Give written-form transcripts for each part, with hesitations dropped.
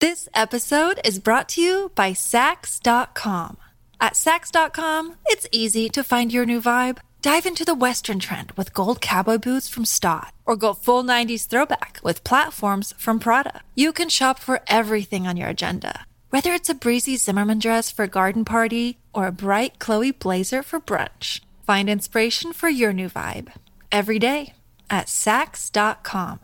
This episode is brought to you by Sax.com. At Sax.com, it's easy to find your new vibe. Dive into the Western trend with gold cowboy boots from Stott, or go full 90s throwback with platforms from Prada. You can shop for everything on your agenda, whether it's a breezy Zimmermann dress for a garden party or a bright Chloe blazer for brunch. Find inspiration for your new vibe every day at Sax.com.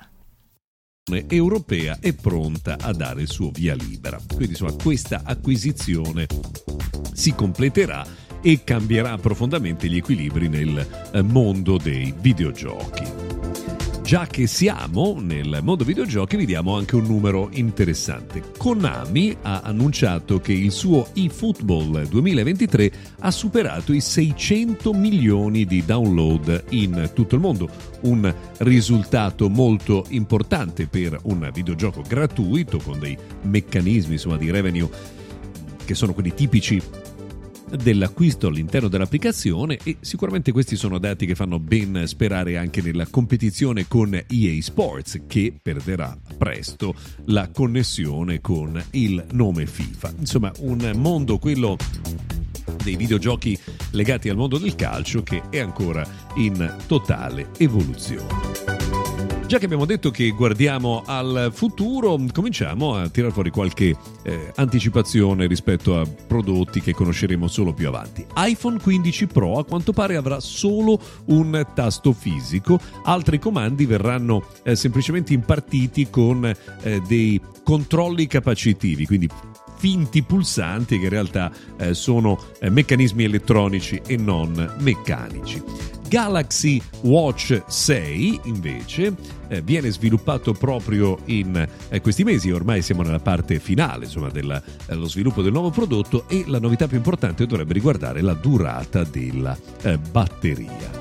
Europea è pronta a dare il suo via libera. Quindi insomma questa acquisizione si completerà e cambierà profondamente gli equilibri nel mondo dei videogiochi. Già che siamo nel mondo videogiochi, vediamo anche un numero interessante. Konami ha annunciato che il suo eFootball 2023 ha superato i 600 milioni di download in tutto il mondo. Un risultato molto importante per un videogioco gratuito con dei meccanismi insomma di revenue che sono quelli tipici dell'acquisto all'interno dell'applicazione, e sicuramente questi sono dati che fanno ben sperare anche nella competizione con EA Sports, che perderà presto la connessione con il nome FIFA. Insomma, un mondo, quello dei videogiochi legati al mondo del calcio, che è ancora in totale evoluzione. Già che abbiamo detto che guardiamo al futuro, cominciamo a tirare fuori qualche anticipazione rispetto a prodotti che conosceremo solo più avanti. iPhone 15 Pro a quanto pare avrà solo un tasto fisico, altri comandi verranno semplicemente impartiti con dei controlli capacitivi, quindi finti pulsanti che in realtà sono meccanismi elettronici e non meccanici. Galaxy Watch 6 invece viene sviluppato proprio in questi mesi, ormai siamo nella parte finale insomma dello sviluppo del nuovo prodotto, e la novità più importante dovrebbe riguardare la durata della batteria.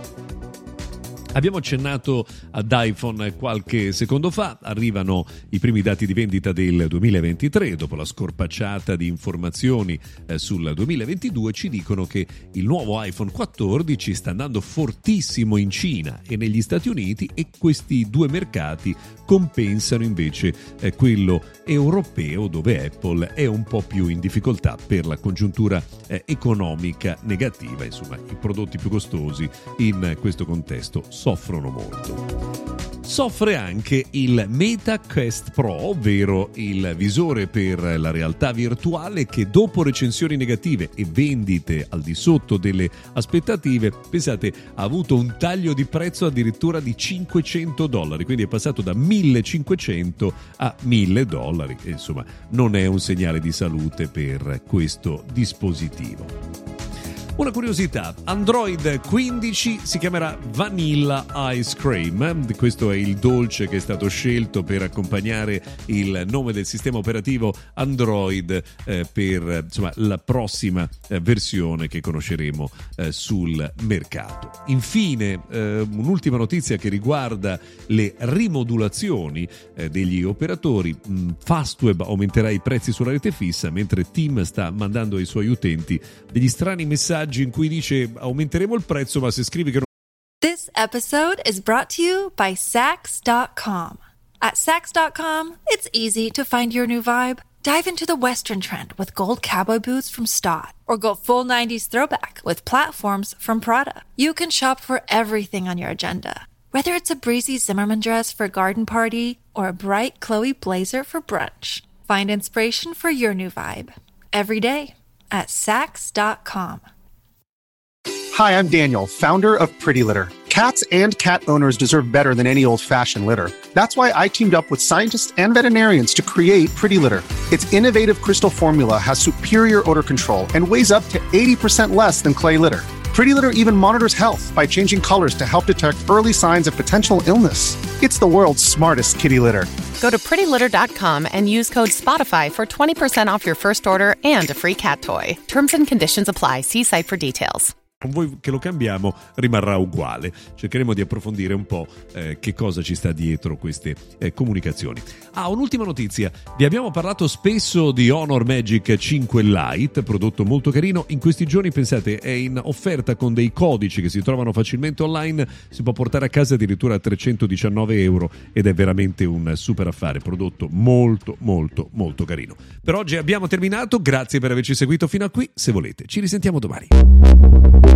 Abbiamo accennato ad iPhone qualche secondo fa, arrivano i primi dati di vendita del 2023, dopo la scorpacciata di informazioni sul 2022 ci dicono che il nuovo iPhone 14 sta andando fortissimo in Cina e negli Stati Uniti, e questi due mercati compensano invece quello europeo, dove Apple è un po' più in difficoltà per la congiuntura economica negativa. Insomma, i prodotti più costosi in questo contesto soffrono molto. Soffre anche il Meta Quest Pro, ovvero il visore per la realtà virtuale, che dopo recensioni negative e vendite al di sotto delle aspettative, pensate, ha avuto un taglio di prezzo addirittura di $500, quindi è passato da $1.500 a $1.000, e insomma non è un segnale di salute per questo dispositivo. Una curiosità, Android 15 si chiamerà Vanilla Ice Cream, questo è il dolce che è stato scelto per accompagnare il nome del sistema operativo Android per insomma, la prossima versione che conosceremo sul mercato. Infine, un'ultima notizia che riguarda le rimodulazioni degli operatori. Fastweb aumenterà i prezzi sulla rete fissa, mentre Tim sta mandando ai suoi utenti degli strani messaggi in cui dice aumenteremo il prezzo, ma se scrivi che non... This episode is brought to you by Sax.com. At Sax.com, it's easy to find your new vibe. Dive into the Western trend with gold cowboy boots from Stott, or go full 90s throwback with platforms from Prada. You can shop for everything on your agenda, whether it's a breezy Zimmermann dress for a garden party or a bright Chloe blazer for brunch. Find inspiration for your new vibe every day at Sax.com. Hi, I'm Daniel, founder of Pretty Litter. Cats and cat owners deserve better than any old-fashioned litter. That's why I teamed up with scientists and veterinarians to create Pretty Litter. Its innovative crystal formula has superior odor control and weighs up to 80% less than clay litter. Pretty Litter even monitors health by changing colors to help detect early signs of potential illness. It's the world's smartest kitty litter. Go to prettylitter.com and use code SPOTIFY for 20% off your first order and a free cat toy. Terms and conditions apply. See site for details. con voi che lo cambiamo rimarrà uguale. Cercheremo di approfondire un po' che cosa ci sta dietro queste comunicazioni. Un'ultima notizia: vi abbiamo parlato spesso di Honor Magic 5 Lite, prodotto molto carino. In questi giorni, pensate, è in offerta con dei codici che si trovano facilmente online, si può portare a casa addirittura a €319 ed è veramente un super affare, prodotto molto molto molto carino. Per oggi abbiamo terminato, grazie per averci seguito fino a qui. Se volete ci risentiamo domani.